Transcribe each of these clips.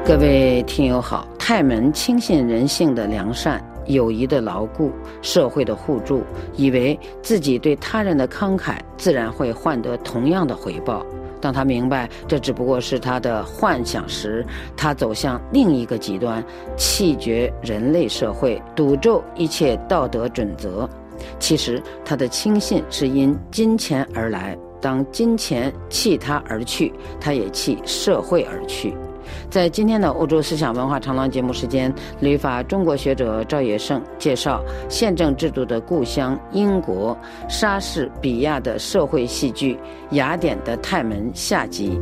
各位听友好，泰门轻信人性的良善、友谊的牢固、社会的互助，以为自己对他人的慷慨自然会换得同样的回报。当他明白这只不过是他的幻想时，他走向另一个极端，弃绝人类社会，赌咒一切道德准则。其实他的轻信是因金钱而来，当金钱弃他而去，他也弃社会而去。在今天的欧洲思想文化长廊节目时间，旅法中国学者赵野胜介绍宪政制度的故乡英国莎士比亚的社会戏剧《雅典的泰门》下集。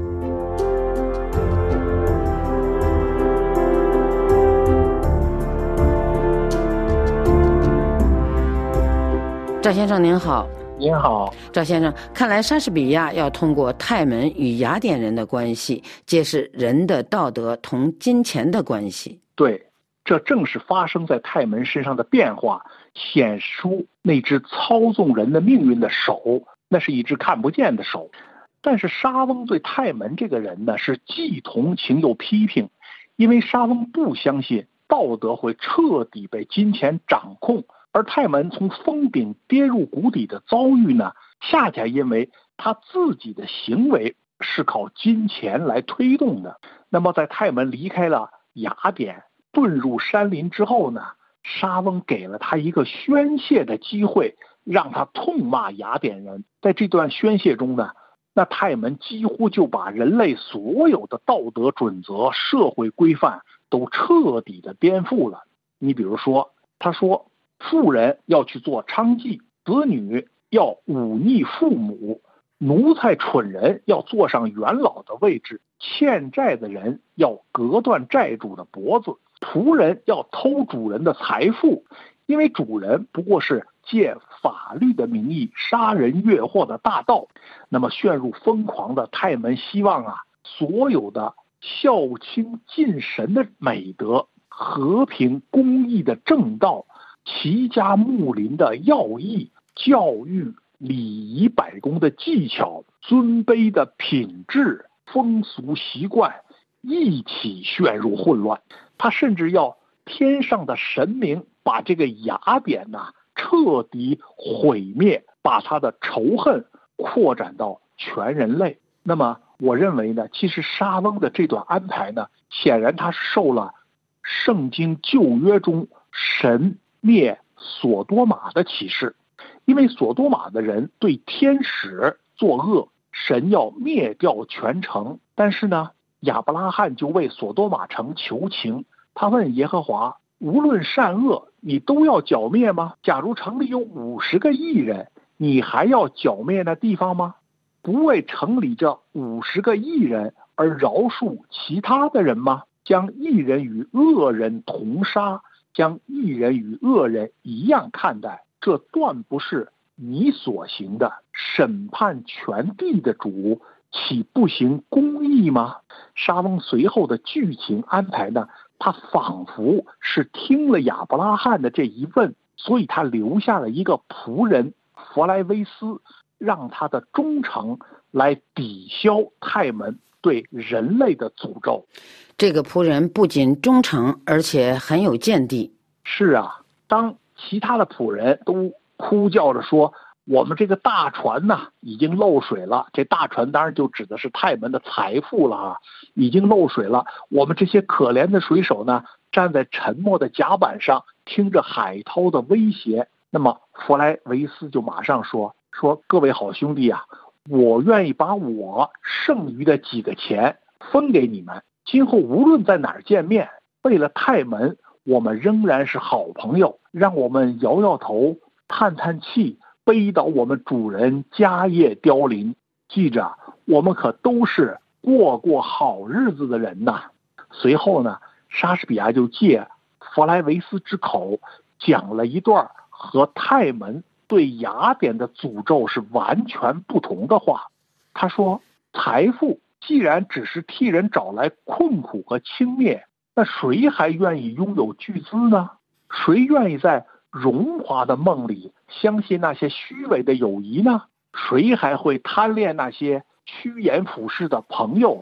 赵先生您好。 您好， 赵先生，看来莎士比亚要通过泰门与雅典人的关系，揭示人的道德同金钱的关系。 对，这正是发生在泰门身上的变化，显示出那只操纵人的命运的手，那是一只看不见的手。但是莎翁对泰门这个人呢，是既同情又批评，因为莎翁不相信道德会彻底被金钱掌控。而泰门从峰顶跌入谷底的遭遇呢，恰恰因为他自己的行为是靠金钱来推动的。那么在泰门离开了雅典，遁入山林之后呢，莎翁给了他一个宣泄的机会，让他痛骂雅典人。在这段宣泄中呢，那泰门几乎就把人类所有的道德准则、社会规范都彻底的颠覆了。你比如说，他说富人要去做娼妓，子女要忤逆父母，奴才蠢人要坐上元老的位置，欠债的人要割断债主的脖子，仆人要偷主人的财富，因为主人不过是借法律的名义杀人越货的大盗。那么陷入疯狂的泰门希望所有的孝亲敬神的美德、和平公义的正道、齐家睦邻的要义、教育、礼仪百工的技巧、尊卑的品质、风俗习惯一起陷入混乱。他甚至要天上的神明把这个雅典彻底毁灭，把他的仇恨扩展到全人类。那么我认为呢，其实莎翁的这段安排呢，显然他是受了圣经旧约中神灭索多玛的启示。因为索多玛的人对天使作恶，神要灭掉全城。但是呢，亚伯拉罕就为索多玛城求情，他问耶和华，无论善恶你都要剿灭吗？假如城里有50个义人，你还要剿灭那地方吗？不为城里这50个义人而饶恕其他的人吗？将义人与恶人同杀，将义人与恶人一样看待，这断不是你所行的。审判全地的主岂不行公义吗？莎翁随后的剧情安排呢，他仿佛是听了亚伯拉罕的这一问，所以他留下了一个仆人弗莱维斯，让他的忠诚来抵消泰门对人类的诅咒。 这个仆人不仅忠诚，而且很有见地。 是啊，当其他的仆人都哭叫着说，我们这个大船已经漏水了，这大船当然就指的是泰门的财富了已经漏水了。我们这些可怜的水手呢，站在沉默的甲板上，听着海涛的威胁。那么弗莱维斯就马上说各位好兄弟我愿意把我剩余的几个钱分给你们，今后无论在哪儿见面，为了泰门，我们仍然是好朋友。让我们摇摇头，叹叹气，悲悼我们主人家业凋零。记着，我们可都是过好日子的人呐。随后呢，莎士比亚就借弗莱维斯之口讲了一段和泰门对雅典的诅咒是完全不同的话。他说，财富既然只是替人找来困苦和轻蔑，那谁还愿意拥有巨资呢？谁愿意在荣华的梦里相信那些虚伪的友谊呢？谁还会贪恋那些趋炎附势的朋友？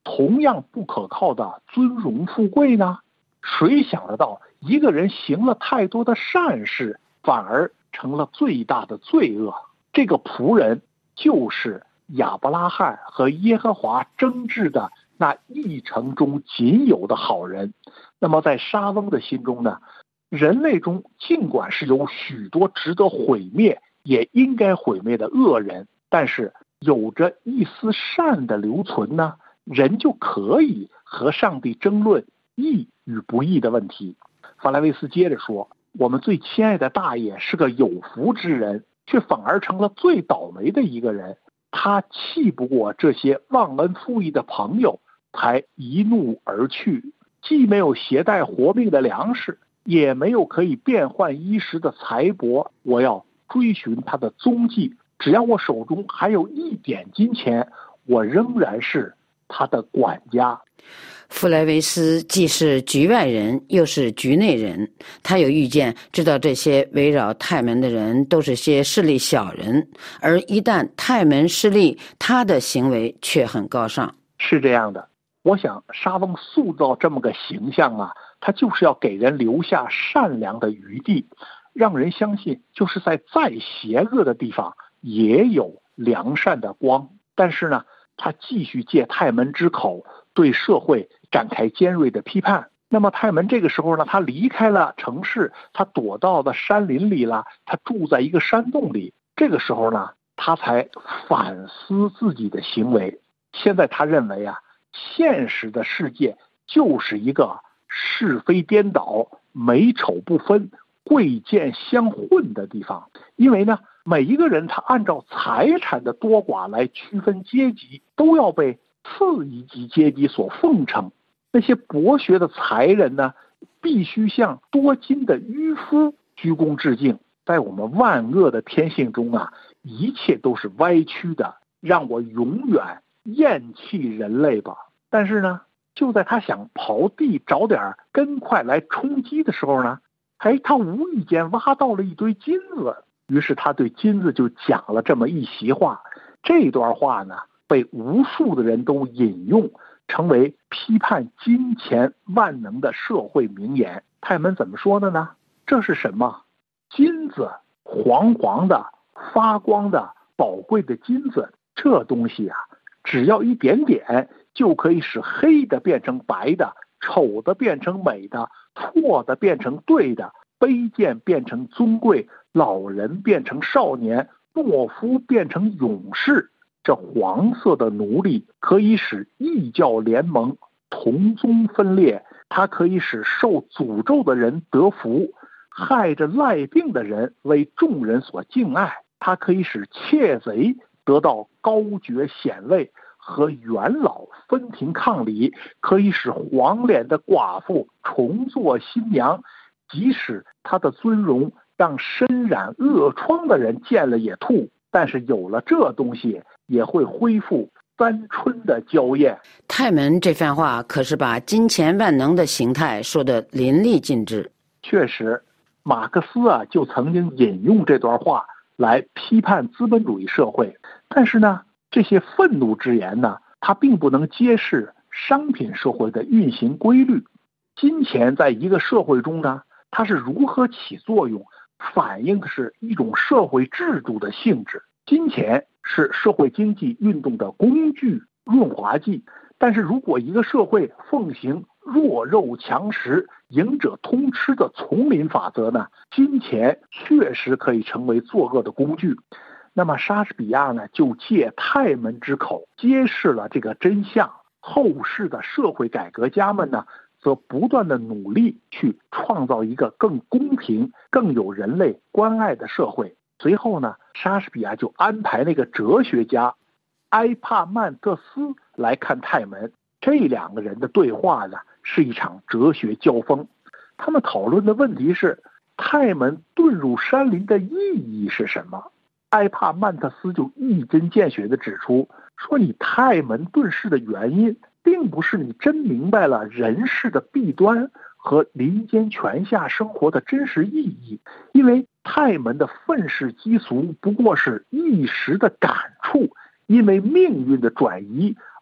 同样不可靠的尊荣富贵呢？谁想得到一个人行了太多的善事，反而成了最大的罪恶？这个仆人就是亚伯拉罕和耶和华争执的那一城中仅有的好人。那么在沙翁的心中呢，人类中尽管是有许多值得毁灭也应该毁灭的恶人，但是有着一丝善的留存呢，人就可以和上帝争论义与不义的问题。法莱维斯接着说，我们最亲爱的大爷是个有福之人，却反而成了最倒霉的一个人。他气不过这些忘恩负义的朋友，才一怒而去，既没有携带活命的粮食，也没有可以变换衣食的财帛。我要追寻他的踪迹，只要我手中还有一点金钱，我仍然是他的管家。 弗莱维斯既是局外人又是局内人，他有预见，知道这些围绕太门的人都是些势力小人，而一旦太门失利，他的行为却很高尚。 是这样的，我想沙翁塑造这么个形象啊，他就是要给人留下善良的余地，让人相信就是在再邪恶的地方也有良善的光。但是呢，他继续借太门之口对社会展开尖锐的批判。那么太门这个时候呢，他离开了城市，他躲到了山林里了，他住在一个山洞里。这个时候呢，他才反思自己的行为。现在他认为啊，现实的世界就是一个是非颠倒、美丑不分、贵贱相混的地方。因为呢，每一个人他按照财产的多寡来区分阶级，都要被次一级阶级所奉承。那些博学的才人呢，必须向多金的渔夫鞠躬致敬。在我们万恶的天性中啊，一切都是歪曲的，让我永远厌弃人类吧。但是呢，就在他想刨地找点根块来充饥的时候呢，他无意间挖到了一堆金子。于是他对金子就讲了这么一席话。这段话呢，被无数的人都引用，成为批判金钱万能的社会名言。太门怎么说的呢？这是什么？金子，黄黄的、发光的、宝贵的金子，这东西啊，只要一点点，就可以使黑的变成白的，丑的变成美的，错的变成对的，卑贱变成尊贵，老人变成少年，懦夫变成勇士。这黄色的奴隶可以使异教联盟同宗分裂，它可以使受诅咒的人得福，害着赖病的人为众人所敬爱，它可以使窃贼得到高爵显位，和元老分庭抗礼，可以使黄脸的寡妇重做新娘，即使她的尊荣让身染恶疮的人见了也吐，但是有了这东西，也会恢复三春的娇艳。 太门这番话可是把金钱万能的形态说得淋漓尽致。 确实，马克思啊就曾经引用这段话来批判资本主义社会。但是呢，这些愤怒之言呢，它并不能揭示商品社会的运行规律。金钱在一个社会中呢，它是如何起作用，反映的是一种社会制度的性质。金钱是社会经济运动的工具、润滑剂。但是如果一个社会奉行弱肉强食、赢者通吃的丛林法则呢，金钱确实可以成为作恶的工具。那么莎士比亚呢，就借太门之口揭示了这个真相。后世的社会改革家们呢，则不断的努力去创造一个更公平、更有人类关爱的社会。随后呢，莎士比亚就安排那个哲学家埃帕曼特斯来看太门。这两个人的对话呢，是一场哲学交锋。他们讨论的问题是，太门遁入山林的意义是什么？埃帕曼特斯就一针见血地指出，说你太门遁世的原因，并不是你真明白了人世的弊端和林间泉下生活的真实意义，因为太门的愤世嫉俗不过是一时的感触，因为命运的转移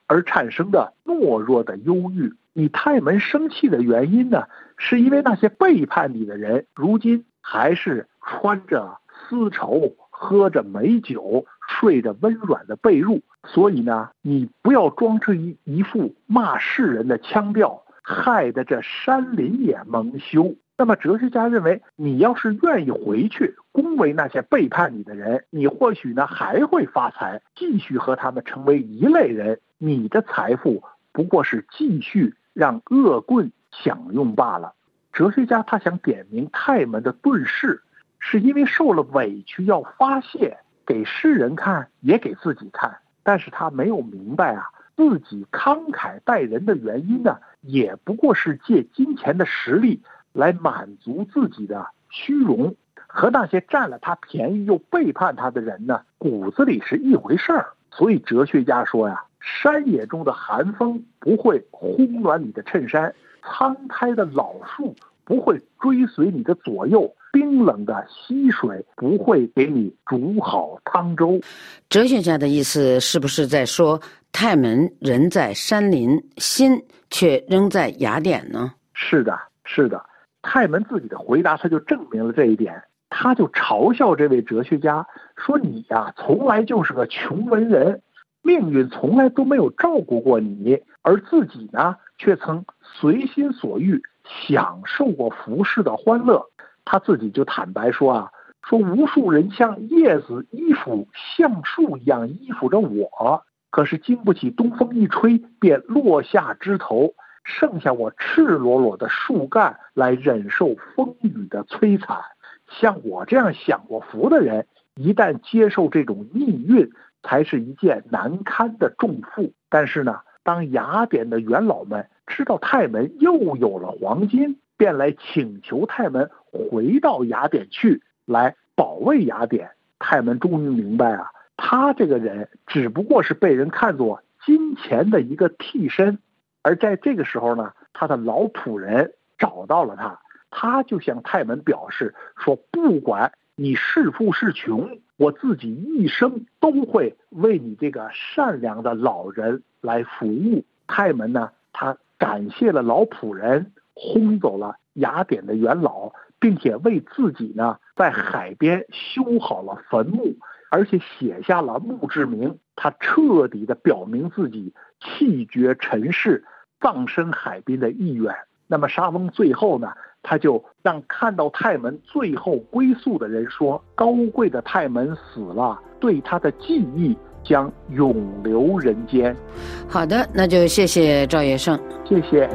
而产生的懦弱的忧郁。你泰门生气的原因呢，是因为那些背叛你的人如今还是穿着丝绸，喝着美酒，睡着温软的被褥。所以呢，你不要装出一副骂世人的腔调，害得这山林也蒙羞。那么哲学家认为，你要是愿意回去恭维那些背叛你的人，你或许呢还会发财，继续和他们成为一类人。你的财富不过是继续让恶棍享用罢了。哲学家他想点明泰门的遁世，是因为受了委屈要发泄，给世人看也给自己看。但是他没有明白啊，自己慷慨待人的原因呢，也不过是借金钱的实力来满足自己的虚荣，和那些占了他便宜又背叛他的人呢，骨子里是一回事儿。所以哲学家说呀，山野中的寒风不会烘暖你的衬衫，苍苔的老树不会追随你的左右，冰冷的溪水不会给你煮好汤粥。 哲学家的意思是不是在说，泰门人在山林，心却仍在雅典呢？ 是的，是的。泰门自己的回答他就证明了这一点。他就嘲笑这位哲学家说，你呀，从来就是个穷文人，命运从来都没有照顾过你，而自己呢却曾随心所欲享受过浮世的欢乐。他自己就坦白说说无数人像叶子依附橡树一样依附着我，可是经不起东风一吹便落下枝头，剩下我赤裸裸的树干来忍受风雨的摧残。像我这样享过福的人，一旦接受这种逆运，才是一件难堪的重负。但是呢，当雅典的元老们知道泰门又有了黄金，便来请求泰门回到雅典去，来保卫雅典。泰门终于明白他这个人只不过是被人看作金钱的一个替身。而在这个时候呢，他的老仆人找到了他就向泰门表示说，不管你是富是穷，我自己一生都会为你这个善良的老人来服务。泰门呢，他感谢了老仆人，轰走了雅典的元老，并且为自己呢在海边修好了坟墓，而且写下了墓志铭。他彻底的表明自己弃绝尘世，葬身海滨的意愿。那么沙翁最后呢，他就让看到泰门最后归宿的人说，高贵的泰门死了，对他的记忆将永留人间。 好的，那就谢谢赵业胜。 谢谢。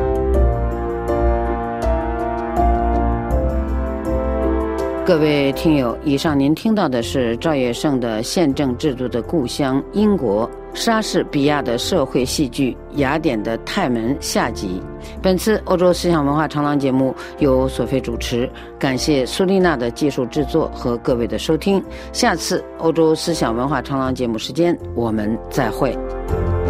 各位听友，以上您听到的是赵业胜的宪政制度的故乡英国莎士比亚的社会戏剧《雅典的泰门》下集。本次欧洲思想文化长廊节目由索菲主持，感谢苏丽娜的技术制作和各位的收听。下次欧洲思想文化长廊节目时间我们再会。